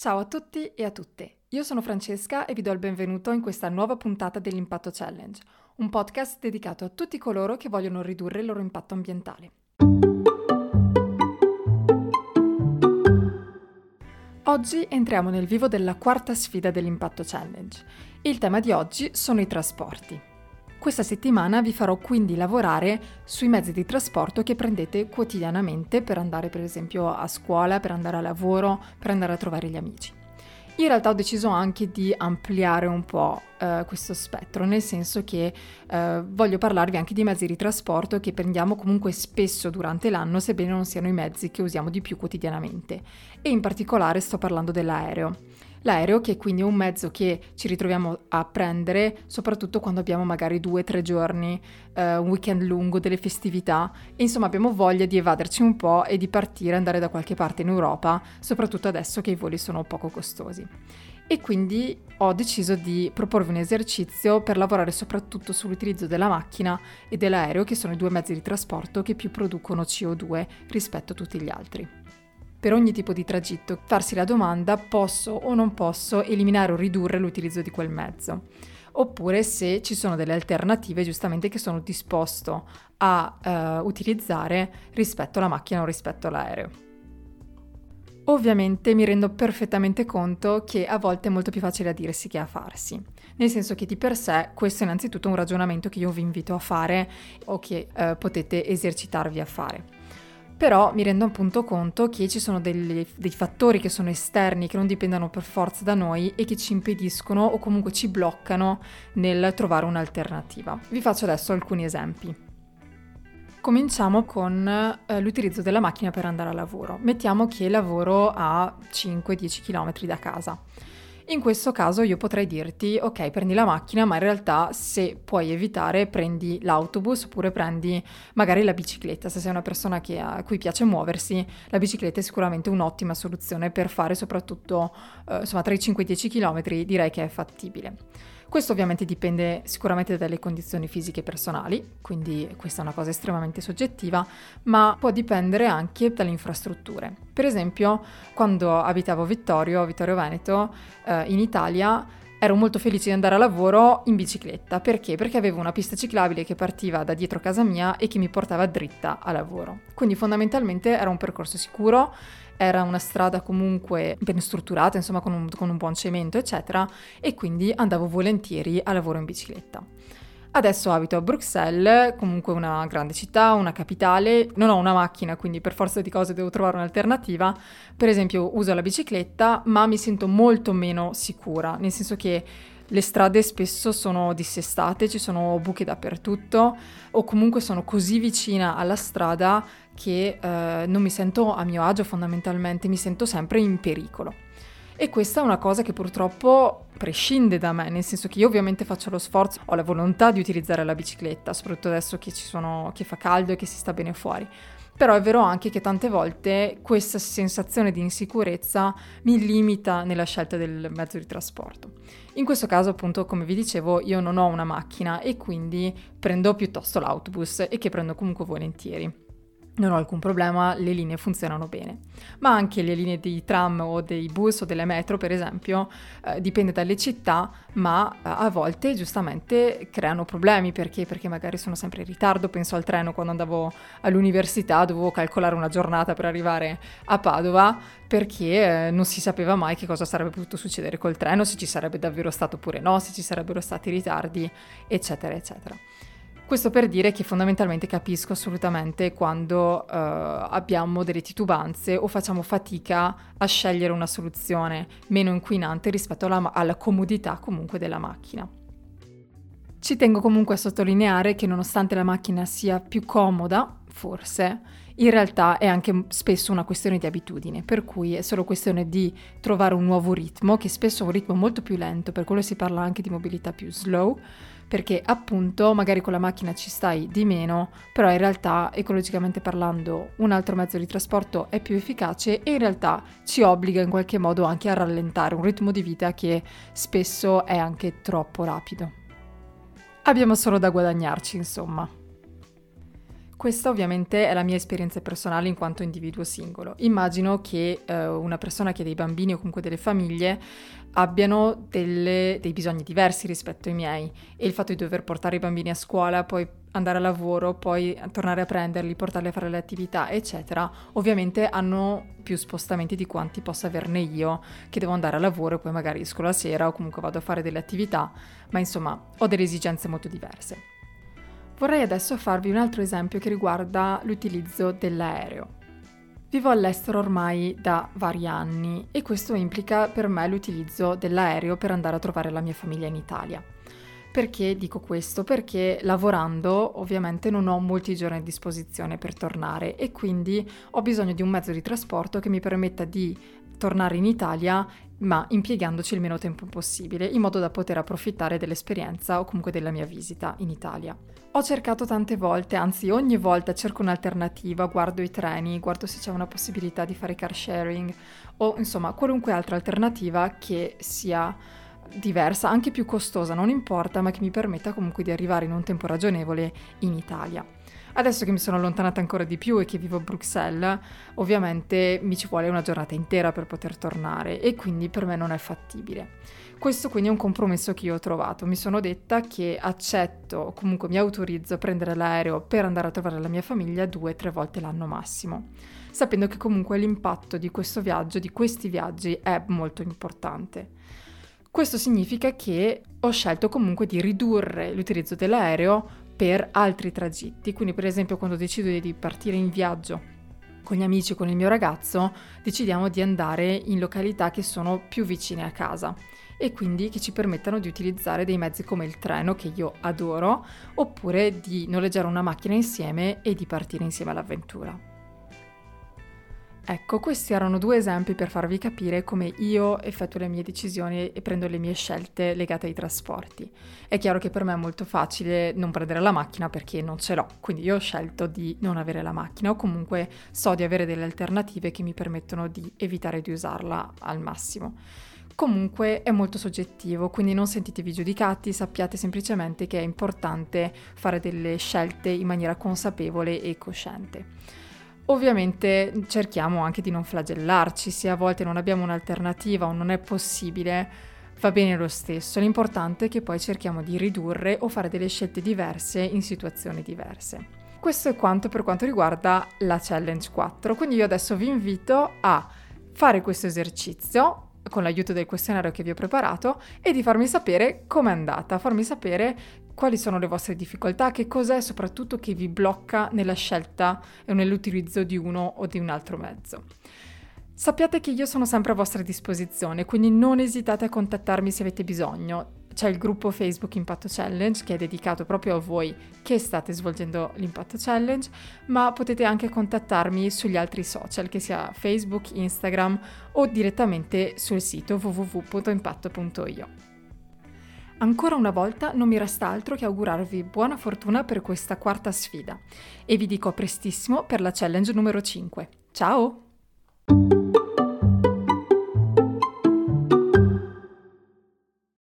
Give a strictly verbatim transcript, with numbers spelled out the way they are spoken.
Ciao a tutti e a tutte, io sono Francesca e vi do il benvenuto in questa nuova puntata dell'Impatto Challenge, un podcast dedicato a tutti coloro che vogliono ridurre il loro impatto ambientale. Oggi entriamo nel vivo della quarta sfida dell'Impatto Challenge. Il tema di oggi sono i trasporti. Questa settimana vi farò quindi lavorare sui mezzi di trasporto che prendete quotidianamente per andare per esempio a scuola, per andare a lavoro, per andare a trovare gli amici. In realtà ho deciso anche di ampliare un po' eh, questo spettro, nel senso che eh, voglio parlarvi anche di mezzi di trasporto che prendiamo comunque spesso durante l'anno, sebbene non siano i mezzi che usiamo di più quotidianamente. E in particolare sto parlando dell'aereo. L'aereo che quindi è un mezzo che ci ritroviamo a prendere soprattutto quando abbiamo magari due o tre giorni, eh, un weekend lungo, delle festività e insomma abbiamo voglia di evaderci un po' e di partire, andare da qualche parte in Europa, soprattutto adesso che i voli sono poco costosi. E quindi ho deciso di proporvi un esercizio per lavorare soprattutto sull'utilizzo della macchina e dell'aereo, che sono i due mezzi di trasporto che più producono C O due rispetto a tutti gli altri. Per ogni tipo di tragitto, farsi la domanda: posso o non posso eliminare o ridurre l'utilizzo di quel mezzo? Oppure se ci sono delle alternative giustamente che sono disposto a uh, utilizzare rispetto alla macchina o rispetto all'aereo. Ovviamente mi rendo perfettamente conto che a volte è molto più facile a dirsi che a farsi, nel senso che di per sé questo è innanzitutto un ragionamento che io vi invito a fare o che uh, potete esercitarvi a fare. Però mi rendo appunto conto che ci sono dei, dei fattori che sono esterni, che non dipendono per forza da noi e che ci impediscono o comunque ci bloccano nel trovare un'alternativa. Vi faccio adesso alcuni esempi. Cominciamo con eh, l'utilizzo della macchina per andare a lavoro. Mettiamo che lavoro a cinque dieci chilometri da casa. In questo caso io potrei dirti: ok, prendi la macchina, ma in realtà se puoi evitare prendi l'autobus oppure prendi magari la bicicletta. Se sei una persona che, a cui piace muoversi, la bicicletta è sicuramente un'ottima soluzione per fare soprattutto eh, insomma tra i cinque e i dieci chilometri, direi che è fattibile. Questo ovviamente dipende sicuramente dalle condizioni fisiche personali, quindi questa è una cosa estremamente soggettiva, ma può dipendere anche dalle infrastrutture. Per esempio, quando abitavo a Vittorio, Vittorio Veneto, eh, in Italia, ero molto felice di andare a lavoro in bicicletta. Perché? Perché avevo una pista ciclabile che partiva da dietro casa mia e che mi portava dritta a lavoro. Quindi fondamentalmente era un percorso sicuro, era una strada comunque ben strutturata, insomma con un, con un buon cemento, eccetera, e quindi andavo volentieri a lavoro in bicicletta. Adesso abito a Bruxelles, comunque una grande città, una capitale, non ho una macchina, quindi per forza di cose devo trovare un'alternativa. Per esempio uso la bicicletta, ma mi sento molto meno sicura, nel senso che le strade spesso sono dissestate, ci sono buche dappertutto, o comunque sono così vicina alla strada che eh, non mi sento a mio agio fondamentalmente, mi sento sempre in pericolo. E questa è una cosa che purtroppo prescinde da me, nel senso che io ovviamente faccio lo sforzo, ho la volontà di utilizzare la bicicletta, soprattutto adesso che ci sono, che fa caldo e che si sta bene fuori. Però è vero anche che tante volte questa sensazione di insicurezza mi limita nella scelta del mezzo di trasporto. In questo caso, appunto, come vi dicevo, io non ho una macchina e quindi prendo piuttosto l'autobus, e che prendo comunque volentieri. Non ho alcun problema, le linee funzionano bene. Ma anche le linee dei tram o dei bus o delle metro, per esempio, eh, dipende dalle città, ma eh, a volte giustamente creano problemi. Perché? Perché magari sono sempre in ritardo. Penso al treno: quando andavo all'università dovevo calcolare una giornata per arrivare a Padova, perché eh, non si sapeva mai che cosa sarebbe potuto succedere col treno, se ci sarebbe davvero stato oppure no, se ci sarebbero stati ritardi, eccetera, eccetera. Questo per dire che fondamentalmente capisco assolutamente quando uh, abbiamo delle titubanze o facciamo fatica a scegliere una soluzione meno inquinante rispetto alla, alla comodità comunque della macchina. Ci tengo comunque a sottolineare che nonostante la macchina sia più comoda, forse, in realtà è anche spesso una questione di abitudine, per cui è solo questione di trovare un nuovo ritmo, che spesso è un ritmo molto più lento, per quello si parla anche di mobilità più slow, perché appunto magari con la macchina ci stai di meno, però in realtà ecologicamente parlando un altro mezzo di trasporto è più efficace e in realtà ci obbliga in qualche modo anche a rallentare un ritmo di vita che spesso è anche troppo rapido. Abbiamo solo da guadagnarci, insomma. Questa ovviamente è la mia esperienza personale in quanto individuo singolo. Immagino che eh, una persona che ha dei bambini o comunque delle famiglie abbiano delle, dei bisogni diversi rispetto ai miei, e il fatto di dover portare i bambini a scuola, poi andare a lavoro, poi tornare a prenderli, portarli a fare le attività, eccetera, ovviamente hanno più spostamenti di quanti possa averne io, che devo andare a lavoro e poi magari esco la sera o comunque vado a fare delle attività, ma insomma ho delle esigenze molto diverse. Vorrei adesso farvi un altro esempio che riguarda l'utilizzo dell'aereo. Vivo all'estero ormai da vari anni e questo implica per me l'utilizzo dell'aereo per andare a trovare la mia famiglia in Italia. Perché dico questo? Perché lavorando ovviamente non ho molti giorni a disposizione per tornare e quindi ho bisogno di un mezzo di trasporto che mi permetta di tornare in Italia, ma impiegandoci il meno tempo possibile, in modo da poter approfittare dell'esperienza o comunque della mia visita in Italia. Ho cercato tante volte, anzi ogni volta cerco un'alternativa, guardo i treni, guardo se c'è una possibilità di fare car sharing o insomma qualunque altra alternativa che sia diversa, anche più costosa, non importa, ma che mi permetta comunque di arrivare in un tempo ragionevole in Italia. Adesso che mi sono allontanata ancora di più e che vivo a Bruxelles, ovviamente mi ci vuole una giornata intera per poter tornare e quindi per me non è fattibile. Questo quindi è un compromesso che io ho trovato. Mi sono detta che accetto, o comunque mi autorizzo a prendere l'aereo per andare a trovare la mia famiglia due o tre volte l'anno massimo, sapendo che comunque l'impatto di questo viaggio, di questi viaggi, è molto importante. Questo significa che ho scelto comunque di ridurre l'utilizzo dell'aereo per altri tragitti, quindi per esempio quando decido di partire in viaggio con gli amici o con il mio ragazzo, decidiamo di andare in località che sono più vicine a casa e quindi che ci permettano di utilizzare dei mezzi come il treno, che io adoro, oppure di noleggiare una macchina insieme e di partire insieme all'avventura. Ecco, questi erano due esempi per farvi capire come io effettuo le mie decisioni e prendo le mie scelte legate ai trasporti. È chiaro che per me è molto facile non prendere la macchina perché non ce l'ho, quindi io ho scelto di non avere la macchina o comunque so di avere delle alternative che mi permettono di evitare di usarla al massimo. Comunque è molto soggettivo, quindi non sentitevi giudicati, sappiate semplicemente che è importante fare delle scelte in maniera consapevole e cosciente. Ovviamente cerchiamo anche di non flagellarci, se a volte non abbiamo un'alternativa o non è possibile, va bene lo stesso. L'importante è che poi cerchiamo di ridurre o fare delle scelte diverse in situazioni diverse. Questo è quanto per quanto riguarda la Challenge quattro, quindi io adesso vi invito a fare questo esercizio con l'aiuto del questionario che vi ho preparato e di farmi sapere com'è andata, farmi sapere quali sono le vostre difficoltà, che cos'è soprattutto che vi blocca nella scelta e nell'utilizzo di uno o di un altro mezzo. Sappiate che io sono sempre a vostra disposizione, quindi non esitate a contattarmi se avete bisogno. C'è il gruppo Facebook Impatto Challenge che è dedicato proprio a voi che state svolgendo l'Impatto Challenge, ma potete anche contattarmi sugli altri social, che sia Facebook, Instagram o direttamente sul sito w w w punto impatto punto i o. Ancora una volta non mi resta altro che augurarvi buona fortuna per questa quarta sfida e vi dico a prestissimo per la challenge numero cinque. Ciao!